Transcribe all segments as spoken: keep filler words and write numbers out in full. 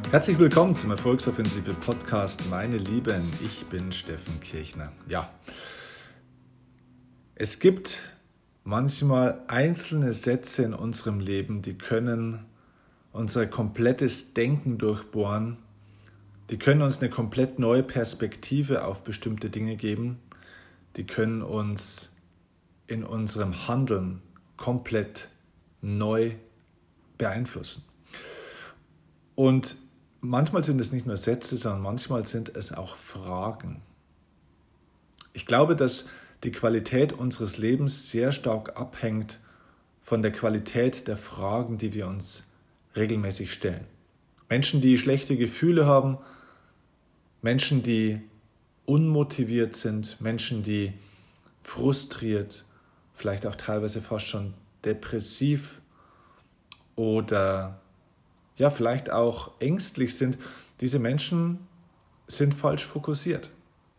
Herzlich willkommen zum Erfolgsoffensive Podcast, meine Lieben. Ich bin Steffen Kirchner. Ja, es gibt manchmal einzelne Sätze in unserem Leben, die können unser komplettes Denken durchbohren. Die können uns eine komplett neue Perspektive auf bestimmte Dinge geben. Die können uns in unserem Handeln komplett neu beeinflussen. Und manchmal sind es nicht nur Sätze, sondern manchmal sind es auch Fragen. Ich glaube, dass die Qualität unseres Lebens sehr stark abhängt von der Qualität der Fragen, die wir uns regelmäßig stellen. Menschen, die schlechte Gefühle haben, Menschen, die unmotiviert sind, Menschen, die frustriert, vielleicht auch teilweise fast schon depressiv oder ja, vielleicht auch ängstlich sind, diese Menschen sind falsch fokussiert.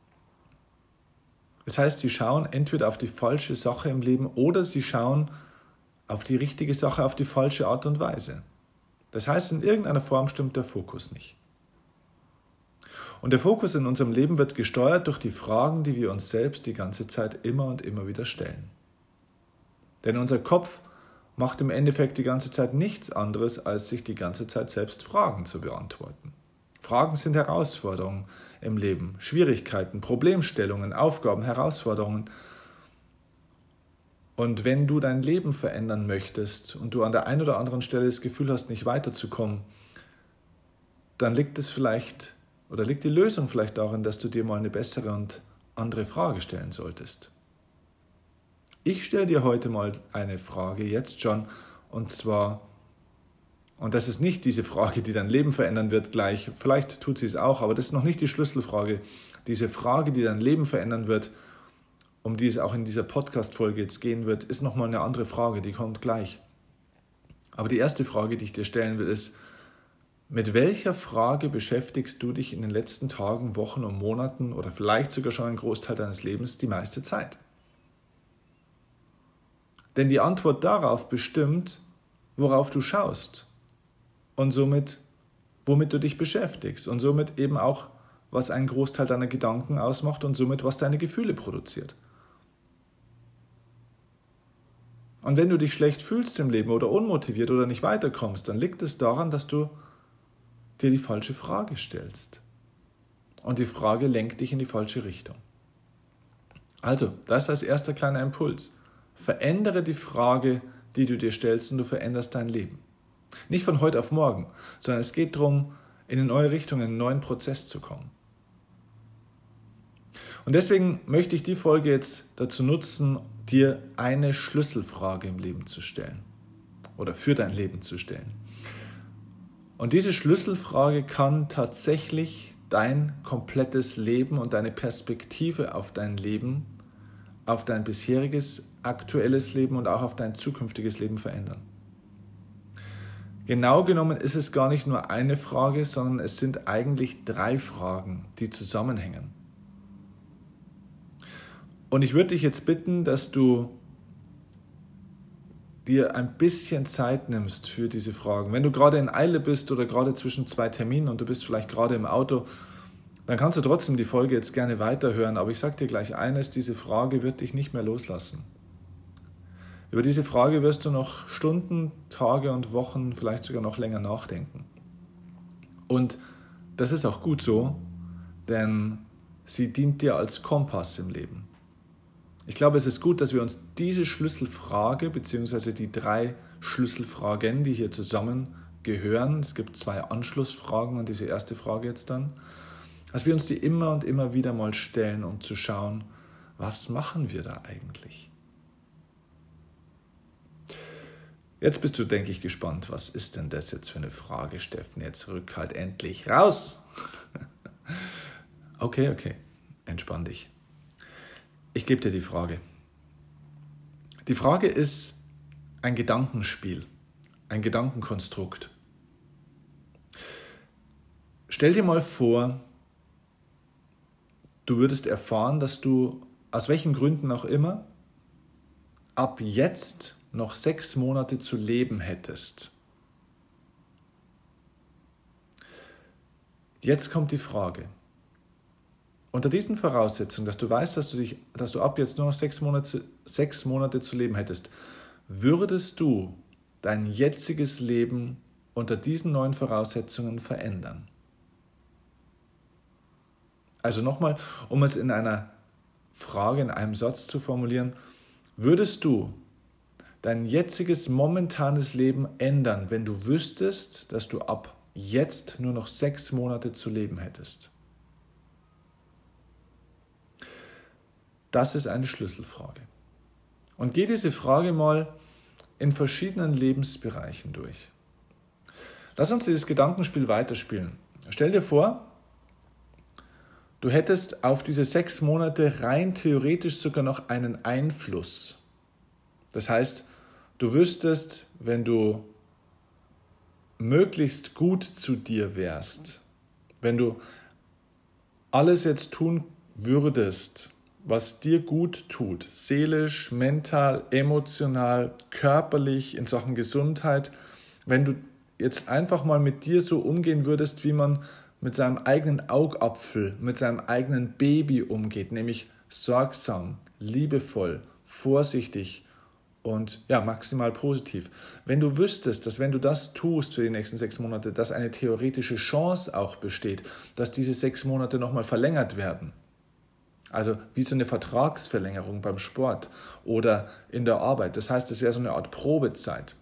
Das heißt, sie schauen entweder auf die falsche Sache im Leben oder sie schauen auf die richtige Sache auf die falsche Art und Weise. Das heißt, in irgendeiner Form stimmt der Fokus nicht. Und der Fokus in unserem Leben wird gesteuert durch die Fragen, die wir uns selbst die ganze Zeit immer und immer wieder stellen. Denn unser Kopf macht im Endeffekt die ganze Zeit nichts anderes, als sich die ganze Zeit selbst Fragen zu beantworten. Fragen sind Herausforderungen im Leben, Schwierigkeiten, Problemstellungen, Aufgaben, Herausforderungen. Und wenn du dein Leben verändern möchtest und du an der einen oder anderen Stelle das Gefühl hast, nicht weiterzukommen, dann liegt es vielleicht oder liegt die Lösung vielleicht darin, dass du dir mal eine bessere und andere Frage stellen solltest. Ich stelle dir heute mal eine Frage, jetzt schon, und zwar, und das ist nicht diese Frage, die dein Leben verändern wird gleich, vielleicht tut sie es auch, aber das ist noch nicht die Schlüsselfrage. Diese Frage, die dein Leben verändern wird, um die es auch in dieser Podcast-Folge jetzt gehen wird, ist nochmal eine andere Frage, die kommt gleich. Aber die erste Frage, die ich dir stellen will, ist, mit welcher Frage beschäftigst du dich in den letzten Tagen, Wochen und Monaten oder vielleicht sogar schon einen Großteil deines Lebens die meiste Zeit? Denn die Antwort darauf bestimmt, worauf du schaust und somit, womit du dich beschäftigst und somit eben auch, was einen Großteil deiner Gedanken ausmacht und somit, was deine Gefühle produziert. Und wenn du dich schlecht fühlst im Leben oder unmotiviert oder nicht weiterkommst, dann liegt es daran, dass du dir die falsche Frage stellst. Und die Frage lenkt dich in die falsche Richtung. Also, das als erster kleiner Impuls. Verändere die Frage, die du dir stellst und du veränderst dein Leben. Nicht von heute auf morgen, sondern es geht darum, in eine neue Richtung, in einen neuen Prozess zu kommen. Und deswegen möchte ich die Folge jetzt dazu nutzen, dir eine Schlüsselfrage im Leben zu stellen oder für dein Leben zu stellen. Und diese Schlüsselfrage kann tatsächlich dein komplettes Leben und deine Perspektive auf dein Leben, auf dein bisheriges, aktuelles Leben und auch auf dein zukünftiges Leben verändern. Genau genommen ist es gar nicht nur eine Frage, sondern es sind eigentlich drei Fragen, die zusammenhängen. Und ich würde dich jetzt bitten, dass du dir ein bisschen Zeit nimmst für diese Fragen. Wenn du gerade in Eile bist oder gerade zwischen zwei Terminen und du bist vielleicht gerade im Auto, dann kannst du trotzdem die Folge jetzt gerne weiterhören. Aber ich sage dir gleich eines, diese Frage wird dich nicht mehr loslassen. Über diese Frage wirst du noch Stunden, Tage und Wochen, vielleicht sogar noch länger nachdenken. Und das ist auch gut so, denn sie dient dir als Kompass im Leben. Ich glaube, es ist gut, dass wir uns diese Schlüsselfrage bzw. die drei Schlüsselfragen, die hier zusammengehören, es gibt zwei Anschlussfragen an diese erste Frage jetzt dann, dass wir uns die immer und immer wieder mal stellen, um zu schauen, was machen wir da eigentlich? Jetzt bist du, denke ich, gespannt. Was ist denn das jetzt für eine Frage, Steffen? Jetzt rück halt endlich raus. Okay, okay. Entspann dich. Ich gebe dir die Frage. Die Frage ist ein Gedankenspiel, ein Gedankenkonstrukt. Stell dir mal vor, du würdest erfahren, dass du, aus welchen Gründen auch immer, ab jetzt noch sechs Monate zu leben hättest. Jetzt kommt die Frage. Unter diesen Voraussetzungen, dass du weißt, dass du, dich, dass du ab jetzt nur noch sechs Monate, sechs Monate zu leben hättest, würdest du dein jetziges Leben unter diesen neuen Voraussetzungen verändern? Also nochmal, um es in einer Frage, in einem Satz zu formulieren, würdest du dein jetziges momentanes Leben ändern, wenn du wüsstest, dass du ab jetzt nur noch sechs Monate zu leben hättest? Das ist eine Schlüsselfrage. Und geh diese Frage mal in verschiedenen Lebensbereichen durch. Lass uns dieses Gedankenspiel weiterspielen. Stell dir vor, du hättest auf diese sechs Monate rein theoretisch sogar noch einen Einfluss. Das heißt, du wüsstest, wenn du möglichst gut zu dir wärst, wenn du alles jetzt tun würdest, was dir gut tut, seelisch, mental, emotional, körperlich, in Sachen Gesundheit, wenn du jetzt einfach mal mit dir so umgehen würdest, wie man mit seinem eigenen Augapfel, mit seinem eigenen Baby umgeht, nämlich sorgsam, liebevoll, vorsichtig und ja, maximal positiv. Wenn du wüsstest, dass wenn du das tust für die nächsten sechs Monate, dass eine theoretische Chance auch besteht, dass diese sechs Monate nochmal verlängert werden, also wie so eine Vertragsverlängerung beim Sport oder in der Arbeit. Das heißt, es wäre so eine Art Probezeit.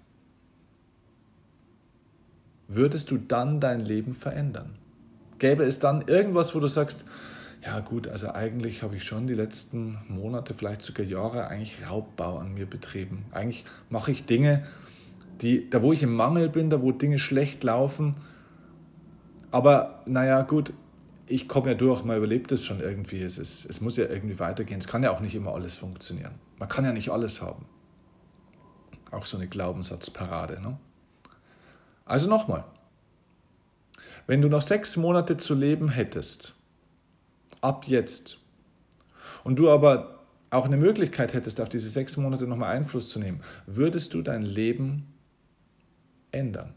Würdest du dann dein Leben verändern? Gäbe es dann irgendwas, wo du sagst, ja gut, also eigentlich habe ich schon die letzten Monate, vielleicht sogar Jahre, eigentlich Raubbau an mir betrieben. Eigentlich mache ich Dinge, die, da wo ich im Mangel bin, da wo Dinge schlecht laufen. Aber naja gut, ich komme ja durch, man überlebt es schon irgendwie, es, ist, es muss ja irgendwie weitergehen, es kann ja auch nicht immer alles funktionieren. Man kann ja nicht alles haben. Auch so eine Glaubenssatzparade. Ne? Also nochmal, wenn du noch sechs Monate zu leben hättest, ab jetzt, und du aber auch eine Möglichkeit hättest, auf diese sechs Monate nochmal Einfluss zu nehmen, würdest du dein Leben ändern?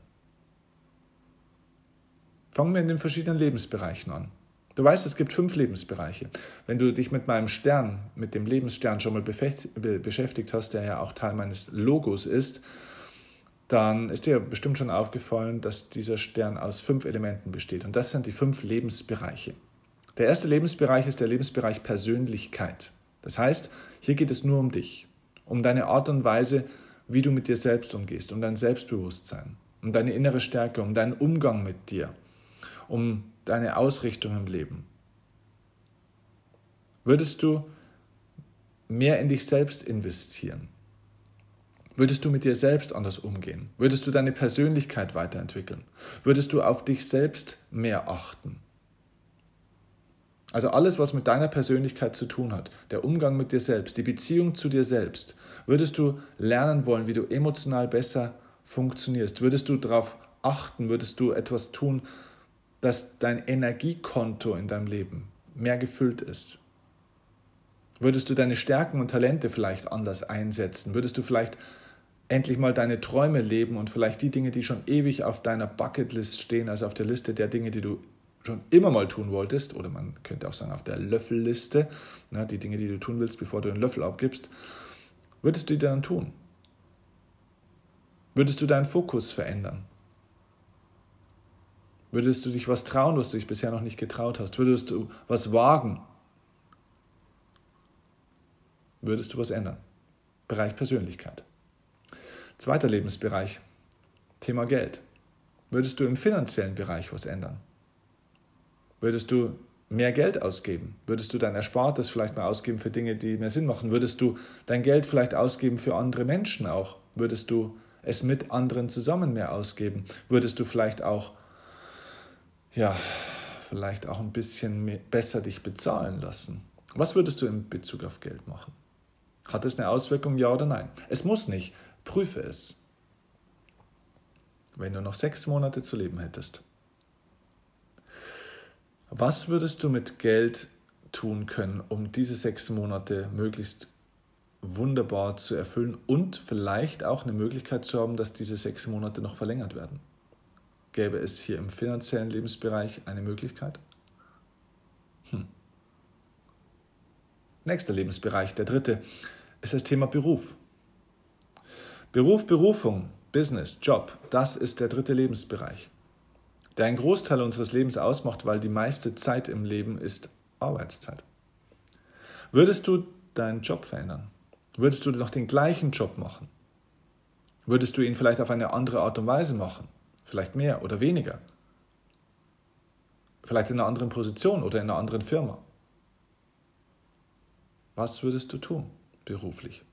Fangen wir in den verschiedenen Lebensbereichen an. Du weißt, es gibt fünf Lebensbereiche. Wenn du dich mit meinem Stern, mit dem Lebensstern schon mal beschäftigt hast, der ja auch Teil meines Logos ist, dann ist dir bestimmt schon aufgefallen, dass dieser Stern aus fünf Elementen besteht. Und das sind die fünf Lebensbereiche. Der erste Lebensbereich ist der Lebensbereich Persönlichkeit. Das heißt, hier geht es nur um dich, um deine Art und Weise, wie du mit dir selbst umgehst, um dein Selbstbewusstsein, um deine innere Stärke, um deinen Umgang mit dir, um deine Ausrichtung im Leben. Würdest du mehr in dich selbst investieren? Würdest du mit dir selbst anders umgehen? Würdest du deine Persönlichkeit weiterentwickeln? Würdest du auf dich selbst mehr achten? Also alles, was mit deiner Persönlichkeit zu tun hat, der Umgang mit dir selbst, die Beziehung zu dir selbst, würdest du lernen wollen, wie du emotional besser funktionierst? Würdest du darauf achten? Würdest du etwas tun, dass dein Energiekonto in deinem Leben mehr gefüllt ist? Würdest du deine Stärken und Talente vielleicht anders einsetzen? Würdest du vielleicht endlich mal deine Träume leben und vielleicht die Dinge, die schon ewig auf deiner Bucketlist stehen, also auf der Liste der Dinge, die du schon immer mal tun wolltest, oder man könnte auch sagen auf der Löffelliste, ne, die Dinge, die du tun willst, bevor du den Löffel abgibst, würdest du die dann tun? Würdest du deinen Fokus verändern? Würdest du dich was trauen, was du dich bisher noch nicht getraut hast? Würdest du was wagen? Würdest du was ändern? Bereich Persönlichkeit. Zweiter Lebensbereich, Thema Geld. Würdest du im finanziellen Bereich was ändern? Würdest du mehr Geld ausgeben? Würdest du dein Erspartes vielleicht mal ausgeben für Dinge, die mehr Sinn machen? Würdest du dein Geld vielleicht ausgeben für andere Menschen auch? Würdest du es mit anderen zusammen mehr ausgeben? Würdest du vielleicht auch, ja, vielleicht auch ein bisschen mehr, besser dich bezahlen lassen? Was würdest du in Bezug auf Geld machen? Hat es eine Auswirkung, ja oder nein? Es muss nicht. Prüfe es. Wenn du noch sechs Monate zu leben hättest. Was würdest du mit Geld tun können, um diese sechs Monate möglichst wunderbar zu erfüllen und vielleicht auch eine Möglichkeit zu haben, dass diese sechs Monate noch verlängert werden? gäbe es hier im finanziellen Lebensbereich eine Möglichkeit? Hm. Nächster Lebensbereich, der dritte, ist das Thema Beruf. Beruf, Berufung, Business, Job, das ist der dritte Lebensbereich, der einen Großteil unseres Lebens ausmacht, weil die meiste Zeit im Leben ist Arbeitszeit. Würdest du deinen Job verändern? Würdest du noch den gleichen Job machen? Würdest du ihn vielleicht auf eine andere Art und Weise machen? Vielleicht mehr oder weniger? Vielleicht in einer anderen Position oder in einer anderen Firma? Was würdest du tun beruflich?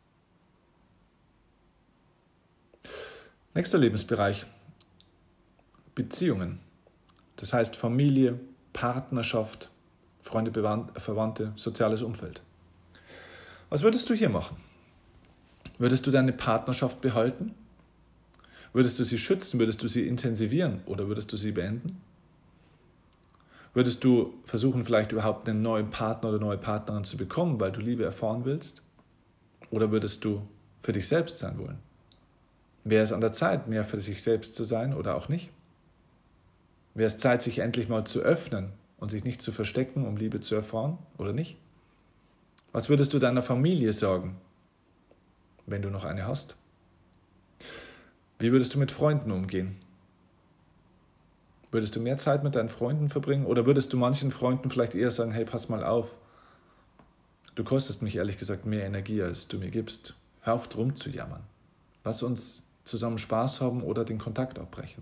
Nächster Lebensbereich, Beziehungen. Das heißt Familie, Partnerschaft, Freunde, Verwandte, soziales Umfeld. Was würdest du hier machen? Würdest du deine Partnerschaft behalten? Würdest du sie schützen? Würdest du sie intensivieren oder würdest du sie beenden? Würdest du versuchen, vielleicht überhaupt einen neuen Partner oder neue Partnerin zu bekommen, weil du Liebe erfahren willst? Oder würdest du für dich selbst sein wollen? Wäre es an der Zeit, mehr für sich selbst zu sein oder auch nicht? Wäre es Zeit, sich endlich mal zu öffnen und sich nicht zu verstecken, um Liebe zu erfahren oder nicht? Was würdest du deiner Familie sagen, wenn du noch eine hast? Wie würdest du mit Freunden umgehen? Würdest du mehr Zeit mit deinen Freunden verbringen oder würdest du manchen Freunden vielleicht eher sagen, hey, pass mal auf, du kostest mich ehrlich gesagt mehr Energie, als du mir gibst. Hör auf, drum zu jammern. Lass uns zusammen Spaß haben oder den Kontakt abbrechen.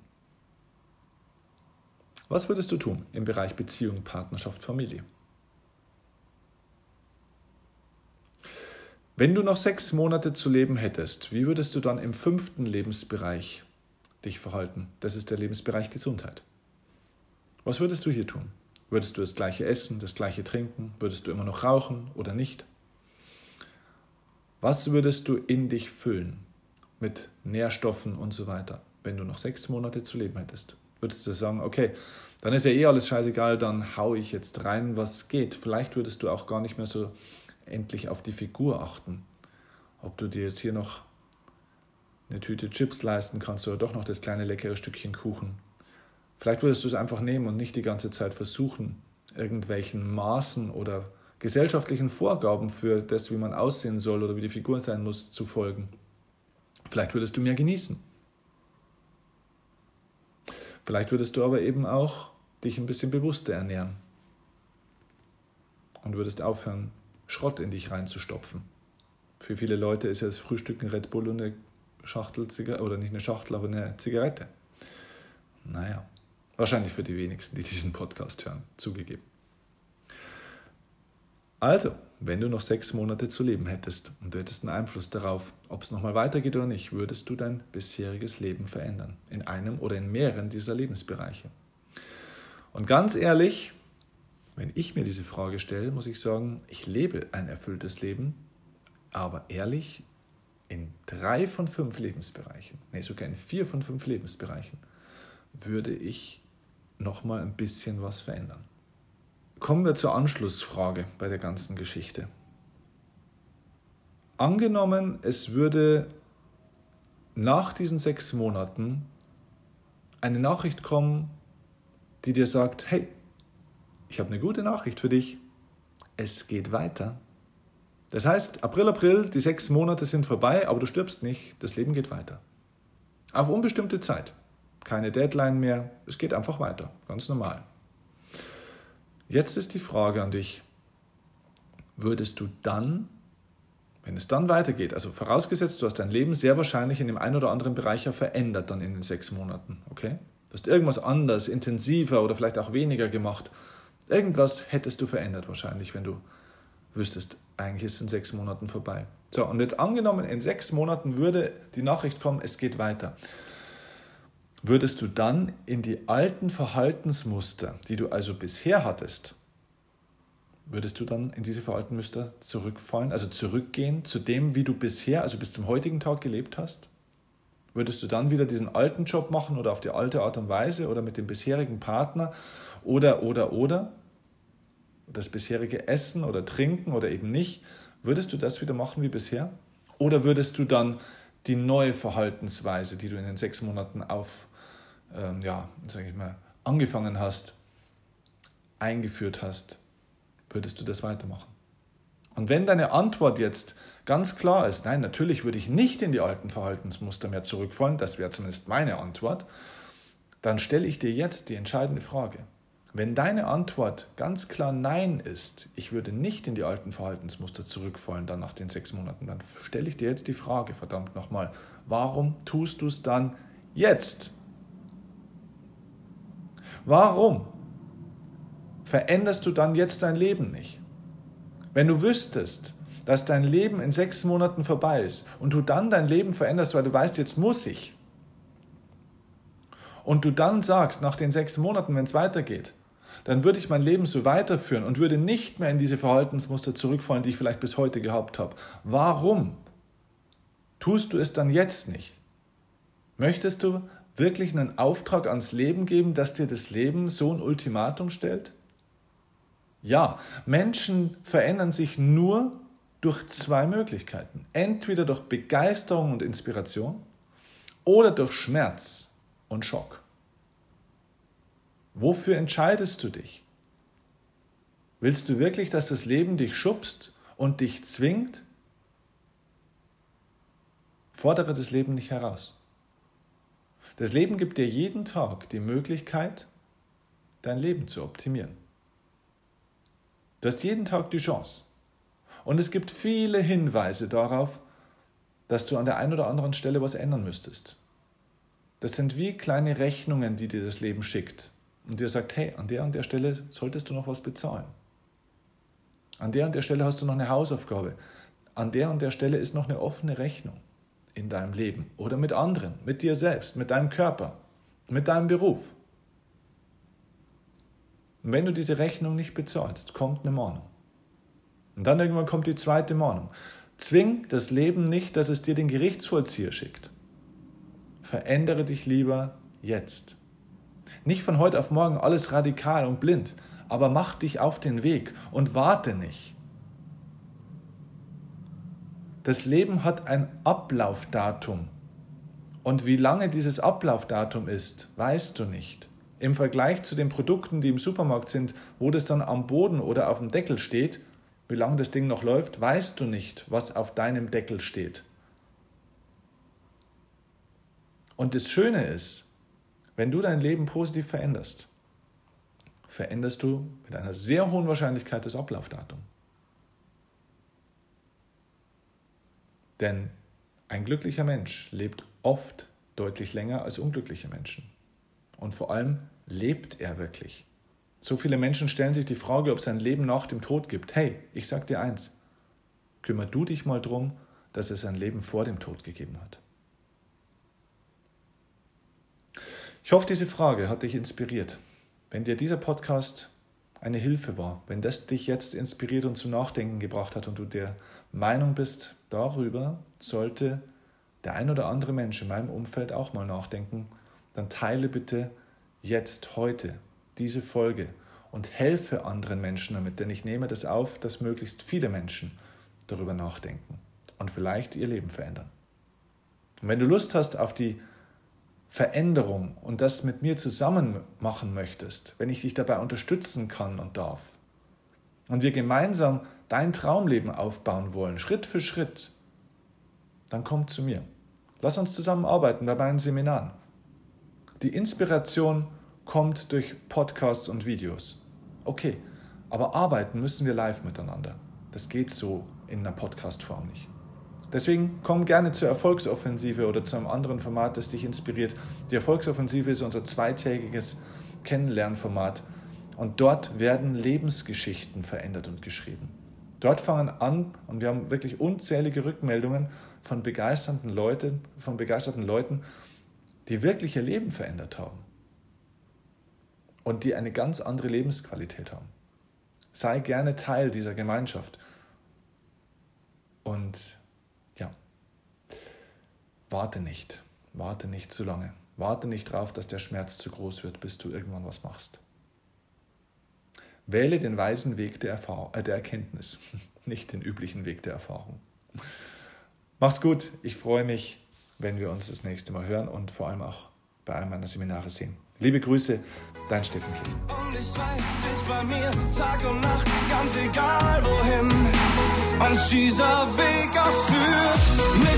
Was würdest du tun im Bereich Beziehung, Partnerschaft, Familie? Wenn du noch sechs Monate zu leben hättest, wie würdest du dann im fünften Lebensbereich dich verhalten? Das ist der Lebensbereich Gesundheit. Was würdest du hier tun? Würdest du das gleiche essen, das gleiche trinken? Würdest du immer noch rauchen oder nicht? Was würdest du in dich füllen mit Nährstoffen und so weiter, wenn du noch sechs Monate zu leben hättest? Würdest du sagen, okay, dann ist ja eh alles scheißegal, dann hau ich jetzt rein, was geht. Vielleicht würdest du auch gar nicht mehr so endlich auf die Figur achten. Ob du dir jetzt hier noch eine Tüte Chips leisten kannst oder doch noch das kleine leckere Stückchen Kuchen. Vielleicht würdest du es einfach nehmen und nicht die ganze Zeit versuchen, irgendwelchen Maßen oder gesellschaftlichen Vorgaben für das, wie man aussehen soll oder wie die Figur sein muss, zu folgen. Vielleicht würdest du mehr genießen. Vielleicht würdest du aber eben auch dich ein bisschen bewusster ernähren und würdest aufhören, Schrott in dich reinzustopfen. Für viele Leute ist ja das Frühstück ein Red Bull und eine Schachtel Zigarette, oder nicht eine Schachtel, aber eine Zigarette. Naja, wahrscheinlich für die wenigsten, die diesen Podcast hören, zugegeben. Also, wenn du noch sechs Monate zu leben hättest und du hättest einen Einfluss darauf, ob es nochmal weitergeht oder nicht, würdest du dein bisheriges Leben verändern. In einem oder in mehreren dieser Lebensbereiche. Und ganz ehrlich, wenn ich mir diese Frage stelle, muss ich sagen, ich lebe ein erfülltes Leben, aber ehrlich, in drei von fünf Lebensbereichen, nee, sogar in vier von fünf Lebensbereichen, würde ich nochmal ein bisschen was verändern. Kommen wir zur Anschlussfrage bei der ganzen Geschichte. Angenommen, es würde nach diesen sechs Monaten eine Nachricht kommen, die dir sagt, hey, ich habe eine gute Nachricht für dich, es geht weiter. Das heißt, April, April, die sechs Monate sind vorbei, aber du stirbst nicht, das Leben geht weiter. Auf unbestimmte Zeit. Keine Deadline mehr, es geht einfach weiter, ganz normal. Jetzt ist die Frage an dich, würdest du dann, wenn es dann weitergeht, also vorausgesetzt, du hast dein Leben sehr wahrscheinlich in dem einen oder anderen Bereich ja verändert dann in den sechs Monaten, okay? Du hast irgendwas anders, intensiver oder vielleicht auch weniger gemacht. Irgendwas hättest du verändert wahrscheinlich, wenn du wüsstest, eigentlich ist es in sechs Monaten vorbei. So, und jetzt angenommen, in sechs Monaten würde die Nachricht kommen, es geht weiter. Würdest du dann in die alten Verhaltensmuster, die du also bisher hattest, würdest du dann in diese Verhaltensmuster zurückfallen, also zurückgehen zu dem, wie du bisher, also bis zum heutigen Tag gelebt hast? Würdest du dann wieder diesen alten Job machen oder auf die alte Art und Weise oder mit dem bisherigen Partner oder, oder, oder? Das bisherige Essen oder Trinken oder eben nicht, würdest du das wieder machen wie bisher? Oder würdest du dann die neue Verhaltensweise, die du in den sechs Monaten auf, ähm, ja, sag ich mal, angefangen hast, eingeführt hast, würdest du das weitermachen? Und wenn deine Antwort jetzt ganz klar ist, nein, natürlich würde ich nicht in die alten Verhaltensmuster mehr zurückfallen, das wäre zumindest meine Antwort, dann stelle ich dir jetzt die entscheidende Frage. Wenn deine Antwort ganz klar Nein ist, ich würde nicht in die alten Verhaltensmuster zurückfallen, dann nach den sechs Monaten, dann stelle ich dir jetzt die Frage, verdammt nochmal, warum tust du es dann jetzt? Warum veränderst du dann jetzt dein Leben nicht? Wenn du wüsstest, dass dein Leben in sechs Monaten vorbei ist und du dann dein Leben veränderst, weil du weißt, jetzt muss ich, und du dann sagst, nach den sechs Monaten, wenn es weitergeht, dann würde ich mein Leben so weiterführen und würde nicht mehr in diese Verhaltensmuster zurückfallen, die ich vielleicht bis heute gehabt habe. Warum tust du es dann jetzt nicht? Möchtest du wirklich einen Auftrag ans Leben geben, dass dir das Leben so ein Ultimatum stellt? Ja, Menschen verändern sich nur durch zwei Möglichkeiten. Entweder durch Begeisterung und Inspiration oder durch Schmerz und Schock. Wofür entscheidest du dich? Willst du wirklich, dass das Leben dich schubst und dich zwingt? Fordere das Leben nicht heraus. Das Leben gibt dir jeden Tag die Möglichkeit, dein Leben zu optimieren. Du hast jeden Tag die Chance. Und es gibt viele Hinweise darauf, dass du an der einen oder anderen Stelle was ändern müsstest. Das sind wie kleine Rechnungen, die dir das Leben schickt und dir sagt, hey, an der und der Stelle solltest du noch was bezahlen. An der und der Stelle hast du noch eine Hausaufgabe. An der und der Stelle ist noch eine offene Rechnung in deinem Leben oder mit anderen, mit dir selbst, mit deinem Körper, mit deinem Beruf. Und wenn du diese Rechnung nicht bezahlst, kommt eine Mahnung. Und dann irgendwann kommt die zweite Mahnung. Zwing das Leben nicht, dass es dir den Gerichtsvollzieher schickt. Verändere dich lieber jetzt. Nicht von heute auf morgen alles radikal und blind, aber mach dich auf den Weg und warte nicht. Das Leben hat ein Ablaufdatum. Und wie lange dieses Ablaufdatum ist, weißt du nicht. Im Vergleich zu den Produkten, die im Supermarkt sind, wo das dann am Boden oder auf dem Deckel steht, wie lange das Ding noch läuft, weißt du nicht, was auf deinem Deckel steht. Und das Schöne ist, wenn du dein Leben positiv veränderst, veränderst du mit einer sehr hohen Wahrscheinlichkeit das Ablaufdatum. Denn ein glücklicher Mensch lebt oft deutlich länger als unglückliche Menschen. Und vor allem lebt er wirklich. So viele Menschen stellen sich die Frage, ob es ein Leben nach dem Tod gibt. Hey, ich sag dir eins, kümmer du dich mal drum, dass es ein Leben vor dem Tod gegeben hat. Ich hoffe, diese Frage hat dich inspiriert. Wenn dir dieser Podcast eine Hilfe war, wenn das dich jetzt inspiriert und zum Nachdenken gebracht hat und du der Meinung bist, darüber sollte der ein oder andere Mensch in meinem Umfeld auch mal nachdenken, dann teile bitte jetzt, heute diese Folge und helfe anderen Menschen damit, denn ich nehme das auf, dass möglichst viele Menschen darüber nachdenken und vielleicht ihr Leben verändern. Und wenn du Lust hast auf die Veränderung und das mit mir zusammen machen möchtest, wenn ich dich dabei unterstützen kann und darf und wir gemeinsam dein Traumleben aufbauen wollen, Schritt für Schritt, dann komm zu mir. Lass uns zusammen arbeiten bei meinen Seminaren. Die Inspiration kommt durch Podcasts und Videos. Okay, aber arbeiten müssen wir live miteinander. Das geht so in einer Podcast-Form nicht. Deswegen komm gerne zur Erfolgsoffensive oder zu einem anderen Format, das dich inspiriert. Die Erfolgsoffensive ist unser zweitägiges Kennenlernformat und dort werden Lebensgeschichten verändert und geschrieben. Dort fangen an und wir haben wirklich unzählige Rückmeldungen von begeisterten Leuten, von begeisterten Leuten, die wirklich ihr Leben verändert haben und die eine ganz andere Lebensqualität haben. Sei gerne Teil dieser Gemeinschaft und ja, warte nicht, warte nicht zu lange, warte nicht darauf, dass der Schmerz zu groß wird, bis du irgendwann was machst. Wähle den weisen Weg der, Erfahrung, äh, der Erkenntnis, nicht den üblichen Weg der Erfahrung. Mach's gut, ich freue mich, wenn wir uns das nächste Mal hören und vor allem auch bei einem meiner Seminare sehen. Liebe Grüße, dein Steffen Kiel. Und ich weiß, du bist bei mir Tag und Nacht, ganz egal wohin uns dieser Weg auch führt.